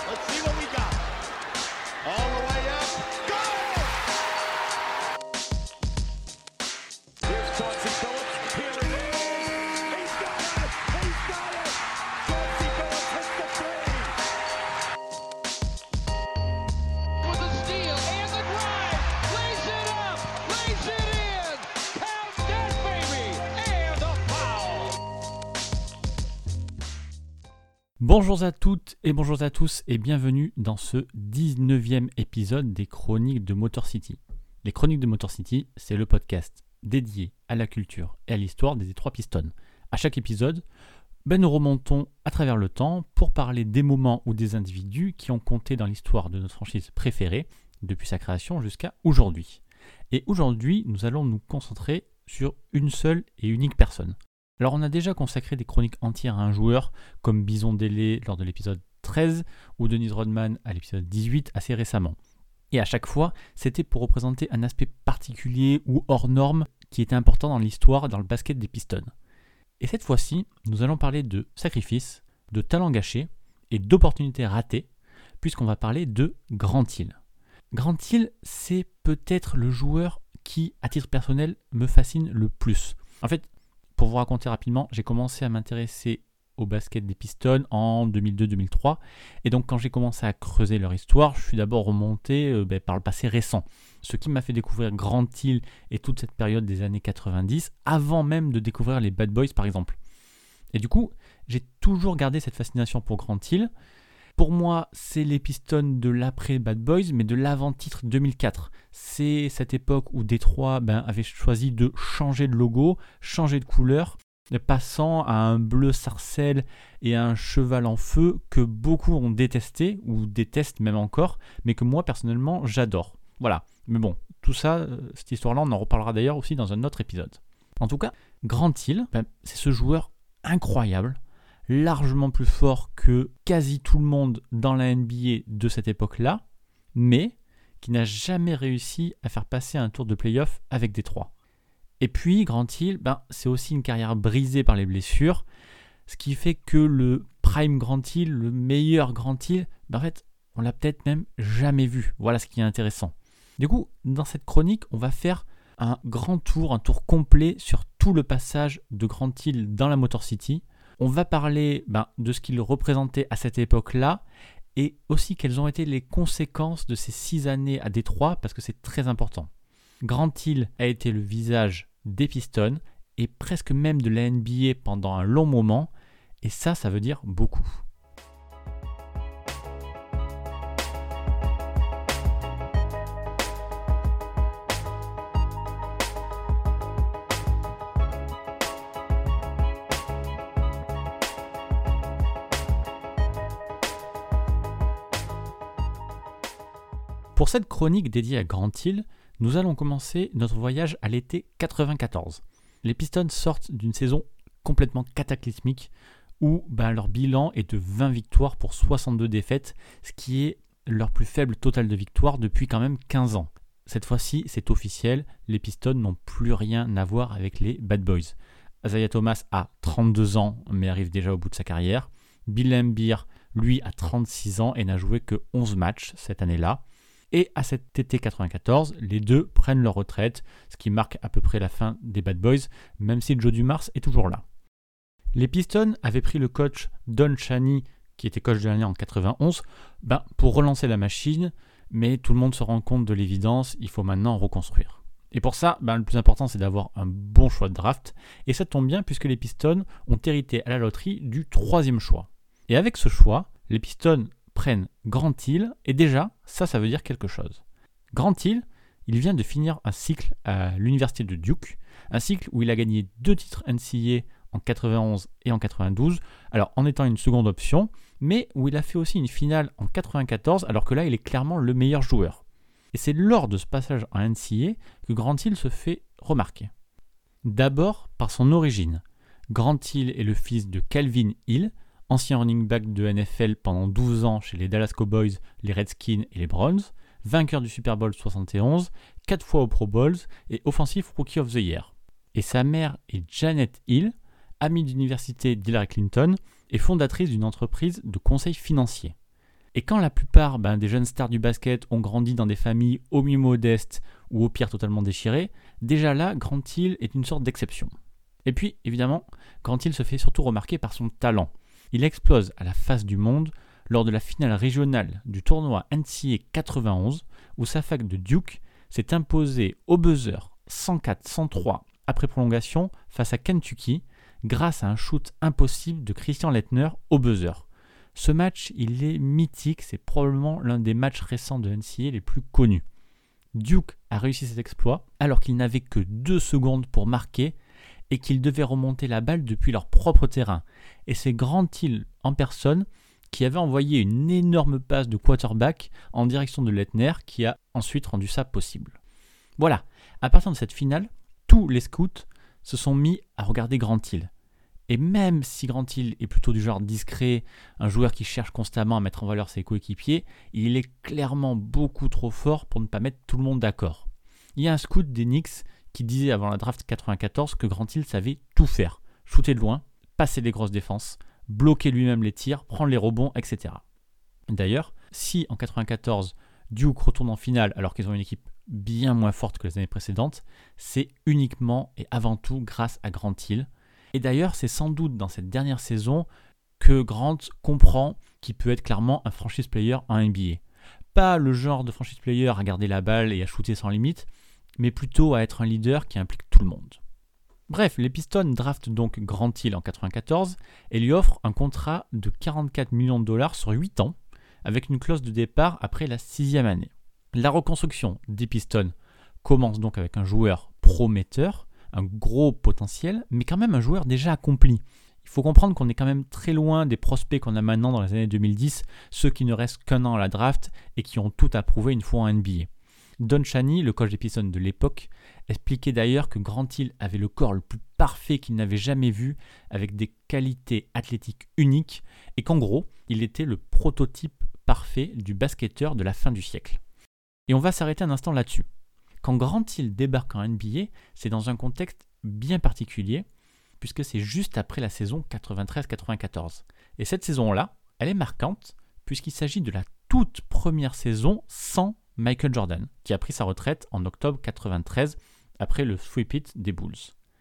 Let's see what we got. All the way up. Go! Here's Chauncey Billups. Here it is. He's got it. He's got it. Chauncey Billups hits the three. With a steal and the drive. Lays it up. Lays it in. Count that baby. And a foul. Bonjour à toutes et bonjour à tous et bienvenue dans ce 19e épisode des Chroniques de Motor City. Les Chroniques de Motor City, c'est le podcast dédié à la culture et à l'histoire des Détroit Pistons. À chaque épisode, nous remontons à travers le temps pour parler des moments ou des individus qui ont compté dans l'histoire de notre franchise préférée depuis sa création jusqu'à aujourd'hui. Et aujourd'hui, nous allons nous concentrer sur une seule et unique personne. Alors on a déjà consacré des chroniques entières à un joueur comme Bison Dele lors de l'épisode 13 ou Dennis Rodman à l'épisode 18 assez récemment. Et à chaque fois, c'était pour représenter un aspect particulier ou hors norme qui était important dans l'histoire et dans le basket des Pistons. Et cette fois-ci, nous allons parler de sacrifices, de talents gâchés et d'opportunités ratées, puisqu'on va parler de Grant Hill. Grant Hill, c'est peut-être le joueur qui, à titre personnel, me fascine le plus. En fait, pour vous raconter rapidement, j'ai commencé à m'intéresser au basket des Pistons en 2002-2003. Et donc quand j'ai commencé à creuser leur histoire, je suis d'abord remonté par le passé récent. Ce qui m'a fait découvrir Grant Hill et toute cette période des années 90, avant même de découvrir les Bad Boys par exemple. Et du coup, j'ai toujours gardé cette fascination pour Grant Hill. Pour moi, c'est les Pistons de l'après Bad Boys, mais de l'avant-titre 2004. C'est cette époque où Détroit avait choisi de changer de logo, changer de couleur, passant à un bleu sarcelle et à un cheval en feu que beaucoup ont détesté, ou détestent même encore, mais que moi personnellement j'adore. Voilà, mais bon, tout ça, cette histoire-là, on en reparlera d'ailleurs aussi dans un autre épisode. En tout cas, Grant Hill, c'est ce joueur incroyable, largement plus fort que quasi tout le monde dans la NBA de cette époque-là, mais qui n'a jamais réussi à faire passer un tour de play-off avec Détroit. Et puis, Grant Hill, c'est aussi une carrière brisée par les blessures, ce qui fait que le prime Grant Hill, le meilleur Grant Hill, en fait, on l'a peut-être même jamais vu. Voilà ce qui est intéressant. Du coup, dans cette chronique, on va faire un grand tour, un tour complet sur tout le passage de Grant Hill dans la Motor City. On va parler de ce qu'il représentait à cette époque-là et aussi quelles ont été les conséquences de ces 6 années à Détroit parce que c'est très important. Grant Hill a été le visage des Pistons et presque même de la NBA pendant un long moment et ça veut dire beaucoup. Pour cette chronique dédiée à Grant Hill, nous allons commencer notre voyage à l'été 94. Les Pistons sortent d'une saison complètement cataclysmique où leur bilan est de 20 victoires pour 62 défaites, ce qui est leur plus faible total de victoires depuis quand même 15 ans. Cette fois-ci, c'est officiel, les Pistons n'ont plus rien à voir avec les Bad Boys. Isaiah Thomas a 32 ans mais arrive déjà au bout de sa carrière. Bill Laimbeer, lui, a 36 ans et n'a joué que 11 matchs cette année-là. Et à cet été 94, les deux prennent leur retraite, ce qui marque à peu près la fin des Bad Boys, même si Joe Dumars est toujours là. Les Pistons avaient pris le coach Don Chaney, qui était coach de l'année en 91, pour relancer la machine, mais tout le monde se rend compte de l'évidence, il faut maintenant reconstruire. Et pour ça, le plus important c'est d'avoir un bon choix de draft, et ça tombe bien puisque les Pistons ont hérité à la loterie du 3e choix. Et avec ce choix, les Pistons prennent Grant Hill, et déjà, ça veut dire quelque chose. Grant Hill, il vient de finir un cycle à l'université de Duke, un cycle où il a gagné 2 titres NCAA en 91 et en 92, alors en étant une seconde option, mais où il a fait aussi une finale en 94, alors que là, il est clairement le meilleur joueur. Et c'est lors de ce passage en NCAA que Grant Hill se fait remarquer. D'abord par son origine. Grant Hill est le fils de Calvin Hill, ancien running back de NFL pendant 12 ans chez les Dallas Cowboys, les Redskins et les Browns, vainqueur du Super Bowl 71, 4 fois au Pro Bowls et Offensive Rookie of the Year. Et sa mère est Janet Hill, amie d'université d'Hillary Clinton et fondatrice d'une entreprise de conseil financier. Et quand la plupart des jeunes stars du basket ont grandi dans des familles au mieux modestes ou au pire totalement déchirées, déjà là, Grant Hill est une sorte d'exception. Et puis, évidemment, Grant Hill se fait surtout remarquer par son talent. Il explose à la face du monde lors de la finale régionale du tournoi NCAA 91, où sa fac de Duke s'est imposée au buzzer 104-103 après prolongation face à Kentucky, grâce à un shoot impossible de Christian Laettner au buzzer. Ce match, il est mythique, c'est probablement l'un des matchs récents de NCAA les plus connus. Duke a réussi cet exploit alors qu'il n'avait que 2 secondes pour marquer et qu'il devait remonter la balle depuis leur propre terrain. Et c'est Grant Hill en personne qui avait envoyé une énorme passe de quarterback en direction de Laettner qui a ensuite rendu ça possible. Voilà, à partir de cette finale, tous les scouts se sont mis à regarder Grant Hill. Et même si Grant Hill est plutôt du genre discret, un joueur qui cherche constamment à mettre en valeur ses coéquipiers, il est clairement beaucoup trop fort pour ne pas mettre tout le monde d'accord. Il y a un scout des Knicks qui disait avant la draft 94 que Grant Hill savait tout faire. Shooter de loin, passer les grosses défenses, bloquer lui-même les tirs, prendre les rebonds, etc. D'ailleurs, si en 94, Duke retourne en finale alors qu'ils ont une équipe bien moins forte que les années précédentes, c'est uniquement et avant tout grâce à Grant Hill. Et d'ailleurs, c'est sans doute dans cette dernière saison que Grant comprend qu'il peut être clairement un franchise player en NBA. Pas le genre de franchise player à garder la balle et à shooter sans limite, mais plutôt à être un leader qui implique tout le monde. Bref, les Pistons draftent donc Grant Hill en 1994 et lui offrent un contrat de 44 millions de dollars sur 8 ans, avec une clause de départ après la 6e année. La reconstruction des Pistons commence donc avec un joueur prometteur, un gros potentiel, mais quand même un joueur déjà accompli. Il faut comprendre qu'on est quand même très loin des prospects qu'on a maintenant dans les années 2010, ceux qui ne restent qu'un an à la draft et qui ont tout approuvé une fois en NBA. Don Chaney, le coach des Pistons de l'époque, expliquait d'ailleurs que Grant Hill avait le corps le plus parfait qu'il n'avait jamais vu, avec des qualités athlétiques uniques, et qu'en gros, il était le prototype parfait du basketteur de la fin du siècle. Et on va s'arrêter un instant là-dessus. Quand Grant Hill débarque en NBA, c'est dans un contexte bien particulier, puisque c'est juste après la saison 93-94. Et cette saison-là, elle est marquante, puisqu'il s'agit de la toute première saison sans Michael Jordan, qui a pris sa retraite en octobre 93, après le three-peat des Bulls.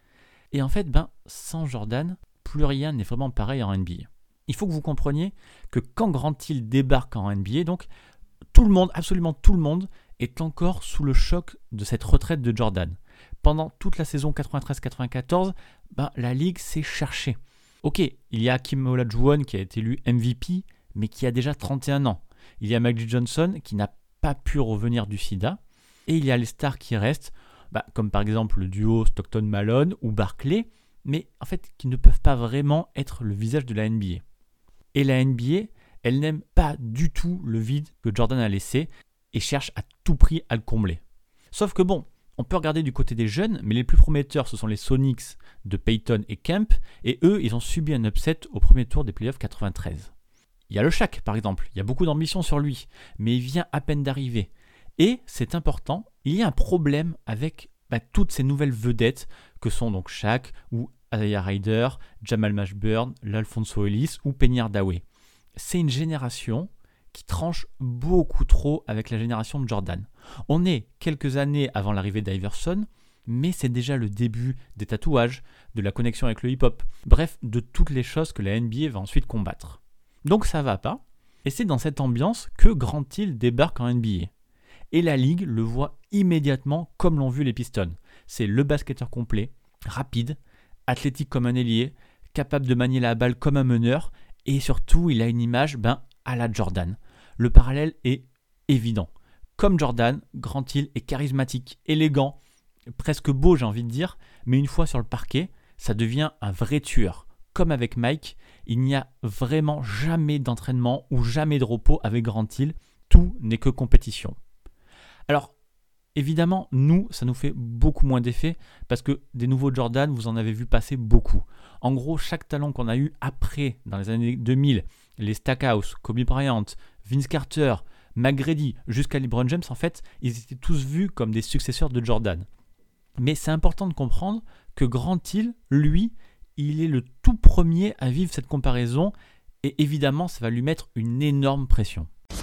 Et en fait, sans Jordan, plus rien n'est vraiment pareil en NBA. Il faut que vous compreniez que quand Grant Hill débarque en NBA, donc, tout le monde, absolument tout le monde, est encore sous le choc de cette retraite de Jordan. Pendant toute la saison 93-94, la Ligue s'est cherchée. Ok, il y a Hakeem Olajuwon qui a été élu MVP, mais qui a déjà 31 ans. Il y a Magic Johnson qui n'a pas pu revenir du sida. Et il y a les stars qui restent, comme par exemple le duo Stockton-Malone ou Barkley, mais en fait qui ne peuvent pas vraiment être le visage de la NBA. Et la NBA, elle n'aime pas du tout le vide que Jordan a laissé et cherche à tout prix à le combler. Sauf que on peut regarder du côté des jeunes, mais les plus prometteurs, ce sont les Sonics de Payton et Kemp, et eux, ils ont subi un upset au premier tour des playoffs 93. Il y a le Shaq, par exemple, il y a beaucoup d'ambition sur lui, mais il vient à peine d'arriver. Et, c'est important, il y a un problème avec toutes ces nouvelles vedettes que sont donc Shaq ou Isaiah Ryder, Jamal Mashburn, l'Alfonso Ellis ou Penny Hardaway. C'est une génération qui tranche beaucoup trop avec la génération de Jordan. On est quelques années avant l'arrivée d'Iverson, mais c'est déjà le début des tatouages, de la connexion avec le hip-hop, bref, de toutes les choses que la NBA va ensuite combattre. Donc ça va pas, et c'est dans cette ambiance que Grant Hill débarque en NBA. Et la Ligue le voit immédiatement comme l'ont vu les Pistons. C'est le basketteur complet, rapide, athlétique comme un ailier, capable de manier la balle comme un meneur, et surtout il a une image à la Jordan. Le parallèle est évident. Comme Jordan, Grant Hill est charismatique, élégant, presque beau j'ai envie de dire, mais une fois sur le parquet, ça devient un vrai tueur. Comme avec Mike, il n'y a vraiment jamais d'entraînement ou jamais de repos avec Grant Hill, tout n'est que compétition. Alors, évidemment, nous, ça nous fait beaucoup moins d'effet parce que des nouveaux Jordan, vous en avez vu passer beaucoup. En gros, chaque talent qu'on a eu après, dans les années 2000, les Stackhouse, Kobe Bryant, Vince Carter, McGrady, jusqu'à LeBron James, en fait, ils étaient tous vus comme des successeurs de Jordan. Mais c'est important de comprendre que Grant Hill, lui, il est le tout premier à vivre cette comparaison et évidemment, ça va lui mettre une énorme pression.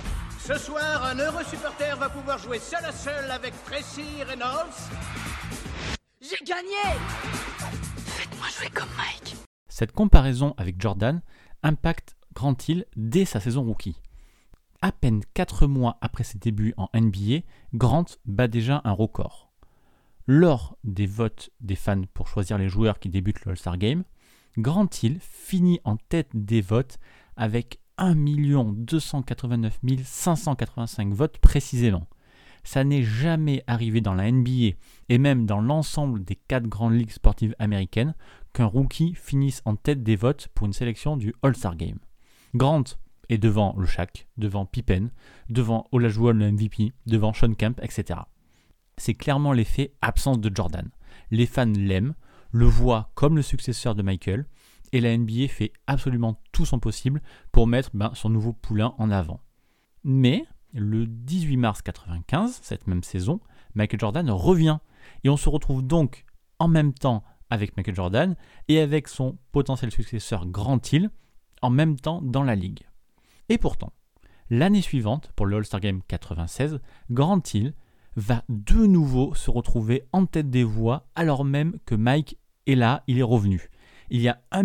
Ce soir, un heureux supporter va pouvoir jouer seul à seul avec Tracy Reynolds. J'ai gagné! Faites-moi jouer comme Mike. Cette comparaison avec Jordan impacte Grant Hill dès sa saison rookie. À peine 4 mois après ses débuts en NBA, Grant bat déjà un record. Lors des votes des fans pour choisir les joueurs qui débutent le All-Star Game, Grant Hill finit en tête des votes avec 1 289 585 votes précisément. Ça n'est jamais arrivé dans la NBA et même dans l'ensemble des 4 grandes ligues sportives américaines qu'un rookie finisse en tête des votes pour une sélection du All-Star Game. Grant est devant le Shaq, devant Pippen, devant Olajuwon le MVP, devant Sean Kemp, etc. C'est clairement l'effet absence de Jordan. Les fans l'aiment, le voient comme le successeur de Michael, et la NBA fait absolument tout son possible pour mettre son nouveau poulain en avant. Mais le 18 mars 1995, cette même saison, Michael Jordan revient, et on se retrouve donc en même temps avec Michael Jordan et avec son potentiel successeur Grant Hill en même temps dans la ligue. Et pourtant, l'année suivante, pour le All-Star Game 96, Grant Hill va de nouveau se retrouver en tête des voix alors même que Mike est là, il est revenu. Il y a 1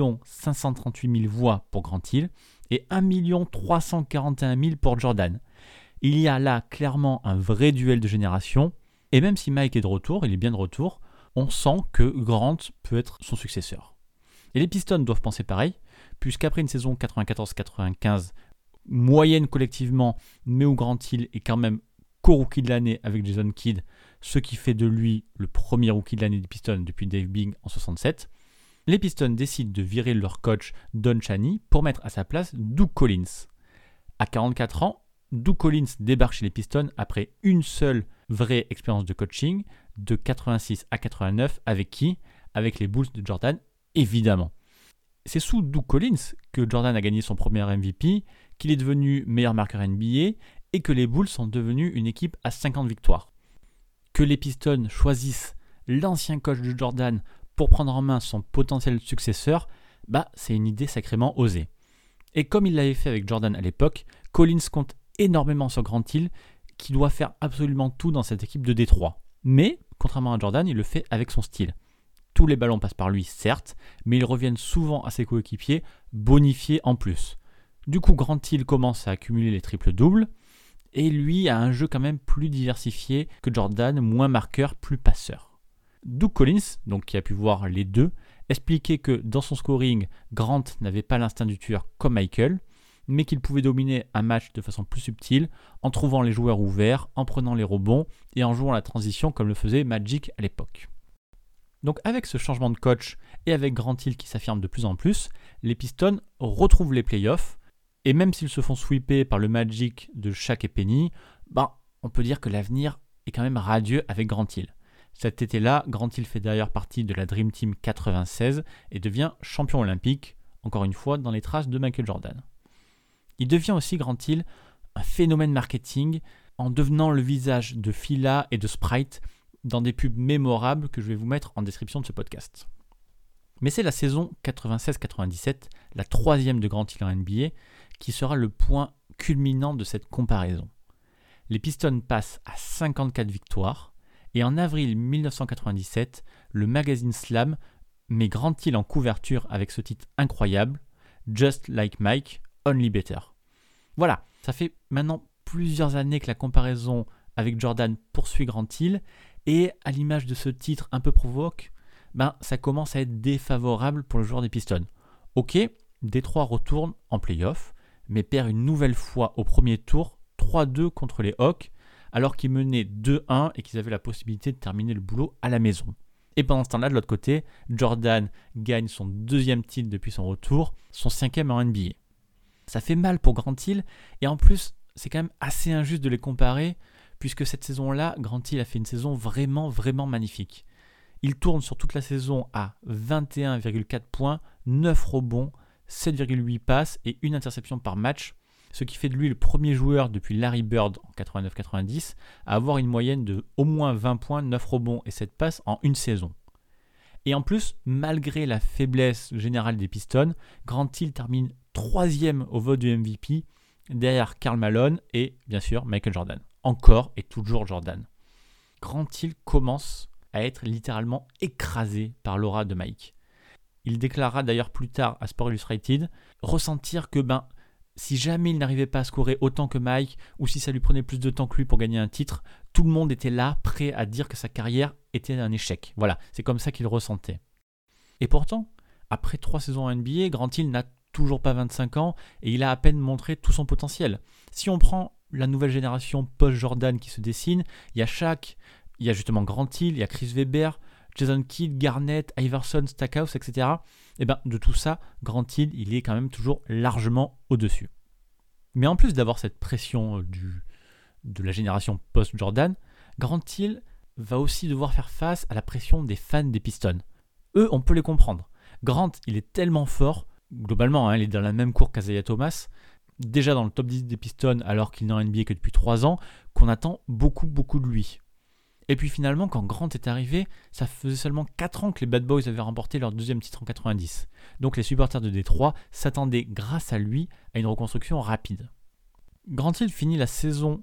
538 000 voix pour Grant Hill et 1 341 000 pour Jordan. Il y a là clairement un vrai duel de génération et même si Mike est de retour, il est bien de retour, on sent que Grant peut être son successeur. Et les Pistons doivent penser pareil, puisqu'après une saison 94-95 moyenne collectivement, mais où Grant Hill est quand même co-rookie de l'année avec Jason Kidd, ce qui fait de lui le premier rookie de l'année des Pistons depuis Dave Bing en 67, les Pistons décident de virer leur coach Don Chaney pour mettre à sa place Doug Collins. À 44 ans, Doug Collins débarque chez les Pistons après une seule vraie expérience de coaching de 86 à 89 avec qui ? Avec les Bulls de Jordan, évidemment. C'est sous Doug Collins que Jordan a gagné son premier MVP, qu'il est devenu meilleur marqueur NBA et que les Bulls sont devenus une équipe à 50 victoires. Que les Pistons choisissent l'ancien coach de Jordan pour prendre en main son potentiel successeur, c'est une idée sacrément osée. Et comme il l'avait fait avec Jordan à l'époque, Collins compte énormément sur Grant Hill qui doit faire absolument tout dans cette équipe de Détroit. Mais, contrairement à Jordan, il le fait avec son style. Tous les ballons passent par lui, certes, mais ils reviennent souvent à ses coéquipiers, bonifiés en plus. Du coup, Grant Hill commence à accumuler les triples-doubles, et lui a un jeu quand même plus diversifié que Jordan, moins marqueur, plus passeur. Doug Collins, donc qui a pu voir les deux, expliquait que dans son scoring, Grant n'avait pas l'instinct du tueur comme Michael, mais qu'il pouvait dominer un match de façon plus subtile, en trouvant les joueurs ouverts, en prenant les rebonds et en jouant la transition comme le faisait Magic à l'époque. Donc avec ce changement de coach et avec Grant Hill qui s'affirme de plus en plus, les Pistons retrouvent les playoffs, et même s'ils se font sweeper par le Magic de Shaq et Penny, on peut dire que l'avenir est quand même radieux avec Grant Hill. Cet été-là, Grant Hill fait d'ailleurs partie de la Dream Team 96 et devient champion olympique, encore une fois dans les traces de Michael Jordan. Il devient aussi, Grant Hill, un phénomène marketing en devenant le visage de Fila et de Sprite dans des pubs mémorables que je vais vous mettre en description de ce podcast. Mais c'est la saison 96-97, la troisième de Grant Hill en NBA, qui sera le point culminant de cette comparaison. Les Pistons passent à 54 victoires et en avril 1997, le magazine Slam met Grant Hill en couverture avec ce titre incroyable, Just Like Mike, Only Better. Voilà, ça fait maintenant plusieurs années que la comparaison avec Jordan poursuit Grant Hill et à l'image de ce titre un peu provoque, ça commence à être défavorable pour le joueur des Pistons. Ok, Détroit retourne en play-off, mais perd une nouvelle fois au premier tour 3-2 contre les Hawks, alors qu'ils menaient 2-1 et qu'ils avaient la possibilité de terminer le boulot à la maison. Et pendant ce temps-là, de l'autre côté, Jordan gagne son deuxième titre depuis son retour, son 5e en NBA. Ça fait mal pour Grant Hill, et en plus, c'est quand même assez injuste de les comparer, puisque cette saison-là, Grant Hill a fait une saison vraiment, vraiment magnifique. Il tourne sur toute la saison à 21,4 points, 9 rebonds, 7,8 passes et une interception par match, ce qui fait de lui le premier joueur depuis Larry Bird en 89-90 à avoir une moyenne de au moins 20 points, 9 rebonds et 7 passes en une saison. Et en plus, malgré la faiblesse générale des Pistons, Grant Hill termine 3e au vote du MVP derrière Karl Malone et bien sûr Michael Jordan. Encore et toujours Jordan. Grant Hill commence à être littéralement écrasé par l'aura de Mike. Il déclarera d'ailleurs plus tard à Sports Illustrated ressentir que si jamais il n'arrivait pas à scorer autant que Mike ou si ça lui prenait plus de temps que lui pour gagner un titre, tout le monde était là, prêt à dire que sa carrière était un échec. Voilà, c'est comme ça qu'il le ressentait. Et pourtant, après 3 saisons en NBA, Grant Hill n'a toujours pas 25 ans et il a à peine montré tout son potentiel. Si on prend la nouvelle génération post-Jordan qui se dessine, il y a Shaq, il y a justement Grant Hill, il y a Chris Webber, Jason Kidd, Garnett, Iverson, Stackhouse, etc. Et de tout ça, Grant Hill, il est quand même toujours largement au-dessus. Mais en plus d'avoir cette pression de la génération post-Jordan, Grant Hill va aussi devoir faire face à la pression des fans des Pistons. Eux, on peut les comprendre. Grant, il est tellement fort, globalement, il est dans la même cour qu'Isaiah Thomas, déjà dans le top 10 des Pistons alors qu'il n'est en NBA que depuis 3 ans, qu'on attend beaucoup de lui. Et puis finalement, quand Grant est arrivé, ça faisait seulement 4 ans que les Bad Boys avaient remporté leur 2e titre en 90. Donc les supporters de Détroit s'attendaient grâce à lui à une reconstruction rapide. Grant Hill finit la saison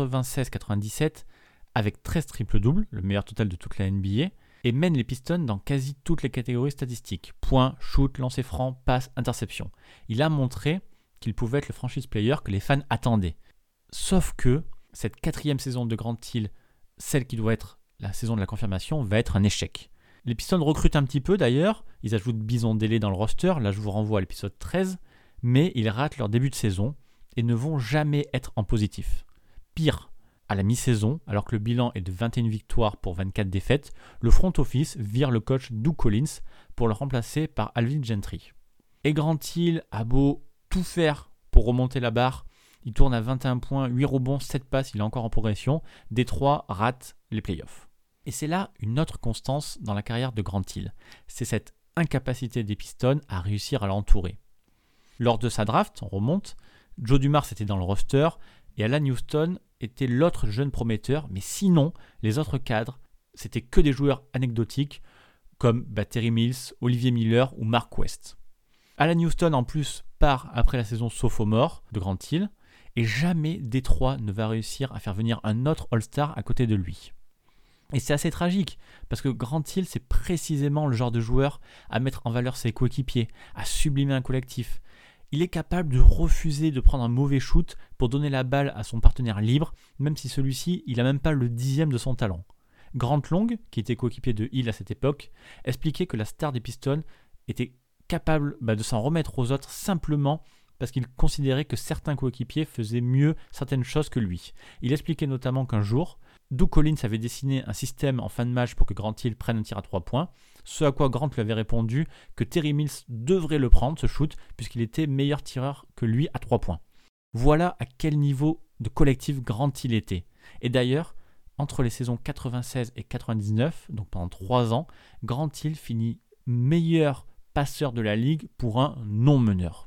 96-97 avec 13 triples-doubles, le meilleur total de toute la NBA, et mène les Pistons dans quasi toutes les catégories statistiques. Points, shoot, lancer franc, passe, interception. Il a montré qu'il pouvait être le franchise player que les fans attendaient. Sauf que cette 4e saison de Grant Hill, celle qui doit être la saison de la confirmation, va être un échec. Les Pistons recrutent un petit peu d'ailleurs, ils ajoutent Bison Dele dans le roster, là je vous renvoie à l'épisode 13, mais ils ratent leur début de saison et ne vont jamais être en positif. Pire, à la mi-saison, alors que le bilan est de 21 victoires pour 24 défaites, le front office vire le coach Doug Collins pour le remplacer par Alvin Gentry. Et Grant Hill a beau tout faire pour remonter la barre, il tourne à 21 points, 8 rebonds, 7 passes, il est encore en progression. Détroit rate les playoffs. Et c'est là une autre constance dans la carrière de Grant Hill. C'est cette incapacité des Pistons à réussir à l'entourer. Lors de sa draft, on remonte, Joe Dumars était dans le roster et Alan Houston était l'autre jeune prometteur, mais sinon, les autres cadres, c'était que des joueurs anecdotiques comme Terry Mills, Olivier Miller ou Mark West. Alan Houston en plus part après la saison sophomore de Grant Hill, et jamais Détroit ne va réussir à faire venir un autre All-Star à côté de lui. Et c'est assez tragique, parce que Grant Hill, c'est précisément le genre de joueur à mettre en valeur ses coéquipiers, à sublimer un collectif. Il est capable de refuser de prendre un mauvais shoot pour donner la balle à son partenaire libre, même si celui-ci, il n'a même pas le 10e de son talent. Grant Long, qui était coéquipier de Hill à cette époque, expliquait que la star des Pistons était capable de s'en remettre aux autres simplement parce qu'il considérait que certains coéquipiers faisaient mieux certaines choses que lui. Il expliquait notamment qu'un jour, Doug Collins avait dessiné un système en fin de match pour que Grant Hill prenne un tir à 3 points, ce à quoi Grant lui avait répondu que Terry Mills devrait le prendre, ce shoot, puisqu'il était meilleur tireur que lui à 3 points. Voilà à quel niveau de collectif Grant Hill était. Et d'ailleurs, entre les saisons 96 et 99, donc pendant 3 ans, Grant Hill finit meilleur passeur de la ligue pour un non-meneur.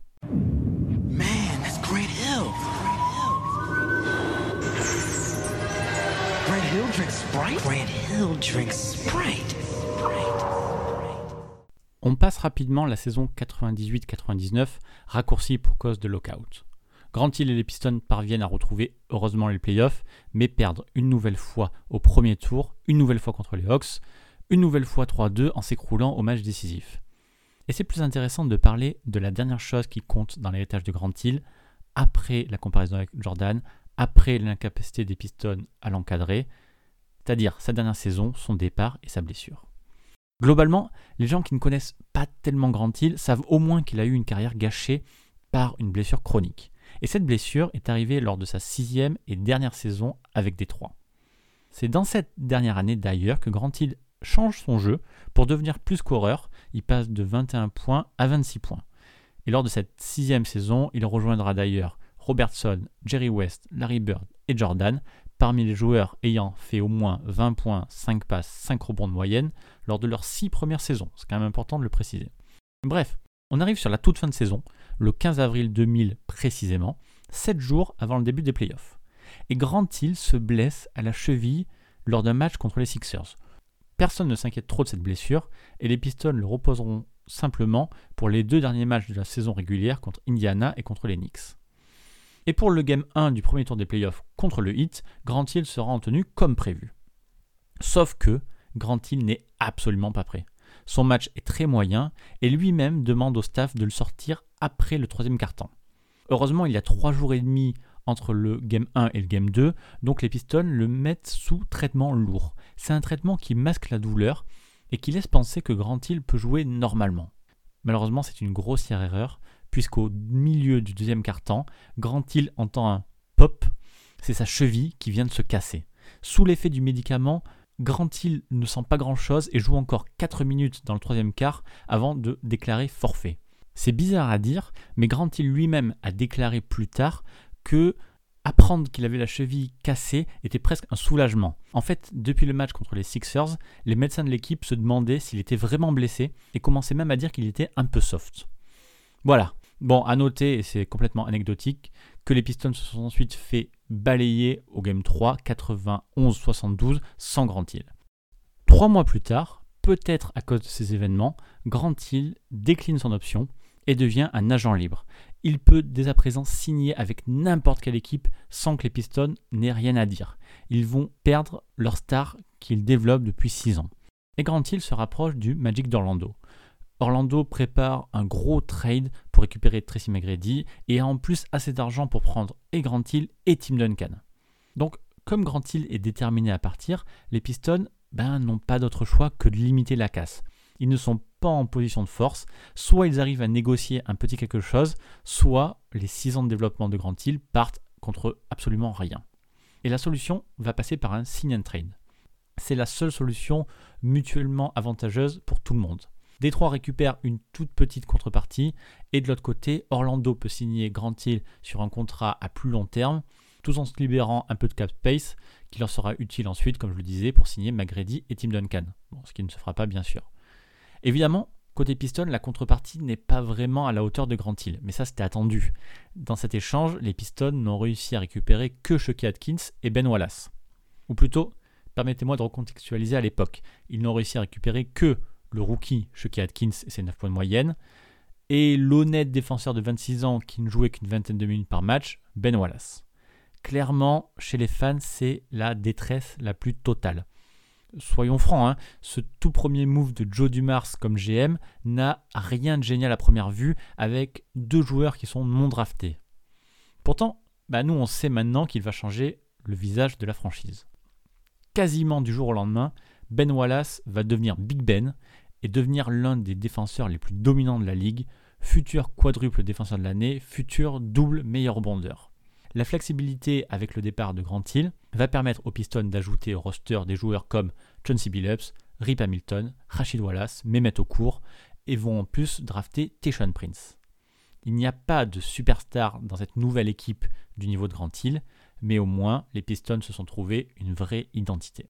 Man, that's Grant Hill. Grant Hill drinks Sprite? Grant Hill drinks Sprite. On passe rapidement la saison 98-99, raccourcie pour cause de lockout. Grant Hill et les Pistons parviennent à retrouver heureusement les playoffs, mais perdent une nouvelle fois au premier tour, une nouvelle fois contre les Hawks, une nouvelle fois 3-2 en s'écroulant au match décisif. Et c'est plus intéressant de parler de la dernière chose qui compte dans l'héritage de Grant Hill, après la comparaison avec Jordan, après l'incapacité des Pistons à l'encadrer, c'est-à-dire sa dernière saison, son départ et sa blessure. Globalement, les gens qui ne connaissent pas tellement Grant Hill savent au moins qu'il a eu une carrière gâchée par une blessure chronique. Et cette blessure est arrivée lors de sa 6e et dernière saison avec Détroit. C'est dans cette dernière année d'ailleurs que Grant Hill change son jeu pour devenir plus scoreur, il passe de 21 points à 26 points. Et lors de cette 6e saison, il rejoindra d'ailleurs Robertson, Jerry West, Larry Bird et Jordan, parmi les joueurs ayant fait au moins 20 points, 5 passes, 5 rebonds de moyenne lors de leurs 6 premières saisons. C'est quand même important de le préciser. Bref, on arrive sur la toute fin de saison, le 15 avril 2000 précisément, 7 jours avant le début des playoffs. Et Grant Hill se blesse à la cheville lors d'un match contre les Sixers. Personne ne s'inquiète trop de cette blessure et les Pistons le reposeront simplement pour les 2 derniers matchs de la saison régulière contre Indiana et contre les Knicks. Et pour le Game 1 du premier tour des playoffs contre le Heat, Grant Hill sera en tenue comme prévu. Sauf que Grant Hill n'est absolument pas prêt. Son match est très moyen et lui-même demande au staff de le sortir après le troisième quart-temps. Heureusement, il y a 3 jours et demi entre le Game 1 et le Game 2, donc les Pistons le mettent sous traitement lourd. C'est un traitement qui masque la douleur et qui laisse penser que Grant Hill peut jouer normalement. Malheureusement, c'est une grossière erreur, puisqu'au milieu du deuxième quart-temps, Grant Hill entend un pop, c'est sa cheville qui vient de se casser. Sous l'effet du médicament, Grant Hill ne sent pas grand-chose et joue encore 4 minutes dans le troisième quart avant de déclarer forfait. C'est bizarre à dire, mais Grant Hill lui-même a déclaré plus tard que apprendre qu'il avait la cheville cassée était presque un soulagement. En fait, depuis le match contre les Sixers, les médecins de l'équipe se demandaient s'il était vraiment blessé et commençaient même à dire qu'il était un peu soft. Voilà. Bon, à noter, et c'est complètement anecdotique, que les Pistons se sont ensuite fait balayer au Game 3, 91-72, sans Grant Hill. 3 mois plus tard, peut-être à cause de ces événements, Grant Hill décline son option et devient un agent libre. Il peut dès à présent signer avec n'importe quelle équipe sans que les Pistons n'aient rien à dire. Ils vont perdre leur star qu'ils développent depuis 6 ans. Et Grant Hill se rapproche du Magic d'Orlando. Orlando prépare un gros trade pour récupérer Tracy McGrady et a en plus assez d'argent pour prendre et Grant Hill et Tim Duncan. Donc, comme Grant Hill est déterminé à partir, les Pistons n'ont pas d'autre choix que de limiter la casse. Ils ne sont pas en position de force, soit ils arrivent à négocier un petit quelque chose, soit les 6 ans de développement de Grant Hill partent contre absolument rien. Et la solution va passer par un sign and trade. C'est la seule solution mutuellement avantageuse pour tout le monde. Détroit récupère une toute petite contrepartie et de l'autre côté, Orlando peut signer Grant Hill sur un contrat à plus long terme, tout en se libérant un peu de cap space qui leur sera utile ensuite, comme je le disais, pour signer McGrady et Tim Duncan. Bon, ce qui ne se fera pas bien sûr. Évidemment, côté Pistons, la contrepartie n'est pas vraiment à la hauteur de Grant Hill, mais ça c'était attendu. Dans cet échange, les Pistons n'ont réussi à récupérer que Chucky Atkins et Ben Wallace. Ou plutôt, permettez-moi de recontextualiser à l'époque. Ils n'ont réussi à récupérer que le rookie Chucky Atkins et ses 9 points de moyenne, et l'honnête défenseur de 26 ans qui ne jouait qu'une vingtaine de minutes par match, Ben Wallace. Clairement, chez les fans, c'est la détresse la plus totale. Soyons francs, ce tout premier move de Joe Dumars comme GM n'a rien de génial à première vue avec 2 joueurs qui sont non draftés. Pourtant, nous on sait maintenant qu'il va changer le visage de la franchise. Quasiment du jour au lendemain, Ben Wallace va devenir Big Ben et devenir l'un des défenseurs les plus dominants de la ligue, futur quadruple défenseur de l'année, futur double meilleur rebondeur. La flexibilité avec le départ de Grant Hill va permettre aux Pistons d'ajouter au roster des joueurs comme Chauncey Billups, Rip Hamilton, Rashid Wallace, Mehmet Okur et vont en plus drafter Tayshaun Prince. Il n'y a pas de superstar dans cette nouvelle équipe du niveau de Grant Hill, mais au moins les Pistons se sont trouvés une vraie identité.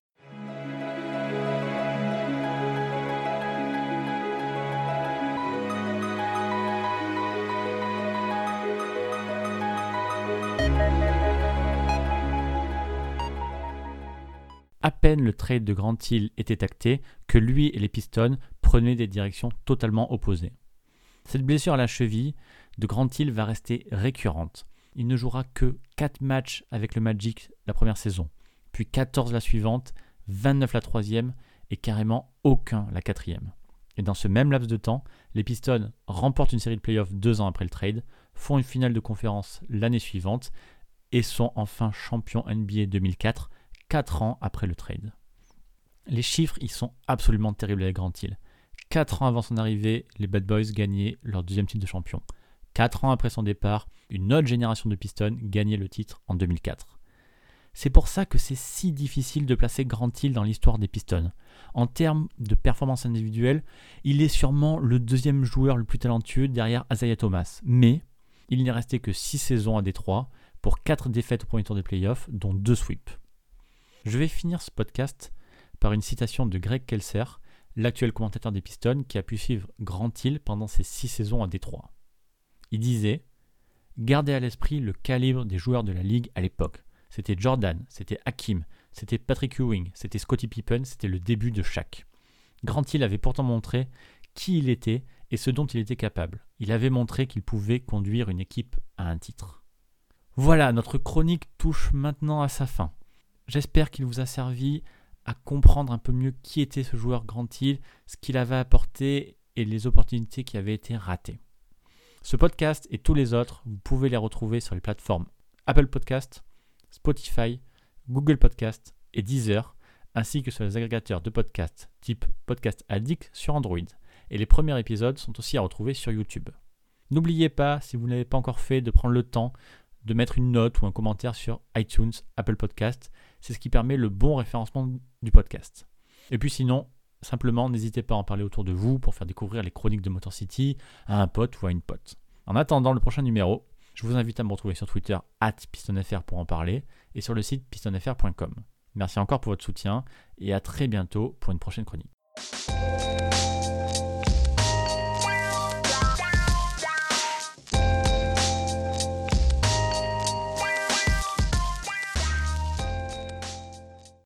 À peine le trade de Grant Hill était acté que lui et les Pistons prenaient des directions totalement opposées. Cette blessure à la cheville de Grant Hill va rester récurrente. Il ne jouera que 4 matchs avec le Magic la première saison, puis 14 la suivante, 29 la troisième et carrément aucun la quatrième. Et dans ce même laps de temps, les Pistons remportent une série de playoffs 2 ans après le trade, font une finale de conférence l'année suivante et sont enfin champions NBA 2004, 4 ans après le trade. Les chiffres, ils sont absolument terribles avec Grant Hill. 4 ans avant son arrivée, les Bad Boys gagnaient leur 2e titre de champion. 4 ans après son départ, une autre génération de Pistons gagnait le titre en 2004. C'est pour ça que c'est si difficile de placer Grant Hill dans l'histoire des Pistons. En termes de performance individuelle, il est sûrement le 2e joueur le plus talentueux derrière Isaiah Thomas. Mais il n'est resté que 6 saisons à Détroit pour 4 défaites au premier tour des playoffs, dont 2 sweeps. Je vais finir ce podcast par une citation de Greg Kelser, l'actuel commentateur des Pistons qui a pu suivre Grant Hill pendant ses 6 saisons à Détroit. Il disait « Gardez à l'esprit le calibre des joueurs de la ligue à l'époque. C'était Jordan, c'était Hakim, c'était Patrick Ewing, c'était Scottie Pippen, c'était le début de Shaq. Grant Hill avait pourtant montré qui il était et ce dont il était capable. Il avait montré qu'il pouvait conduire une équipe à un titre. » Voilà, notre chronique touche maintenant à sa fin. J'espère qu'il vous a servi à comprendre un peu mieux qui était ce joueur Grant Hill, ce qu'il avait apporté et les opportunités qui avaient été ratées. Ce podcast et tous les autres, vous pouvez les retrouver sur les plateformes Apple Podcast, Spotify, Google Podcast et Deezer, ainsi que sur les agrégateurs de podcasts type Podcast Addict sur Android. Et les premiers épisodes sont aussi à retrouver sur YouTube. N'oubliez pas, si vous ne l'avez pas encore fait, de prendre le temps de mettre une note ou un commentaire sur iTunes, Apple Podcast. C'est ce qui permet le bon référencement du podcast. Et puis sinon, simplement, n'hésitez pas à en parler autour de vous pour faire découvrir les chroniques de Motor City à un pote ou à une pote. En attendant le prochain numéro, je vous invite à me retrouver sur Twitter @pistonfr pour en parler et sur le site pistonfr.com. Merci encore pour votre soutien et à très bientôt pour une prochaine chronique.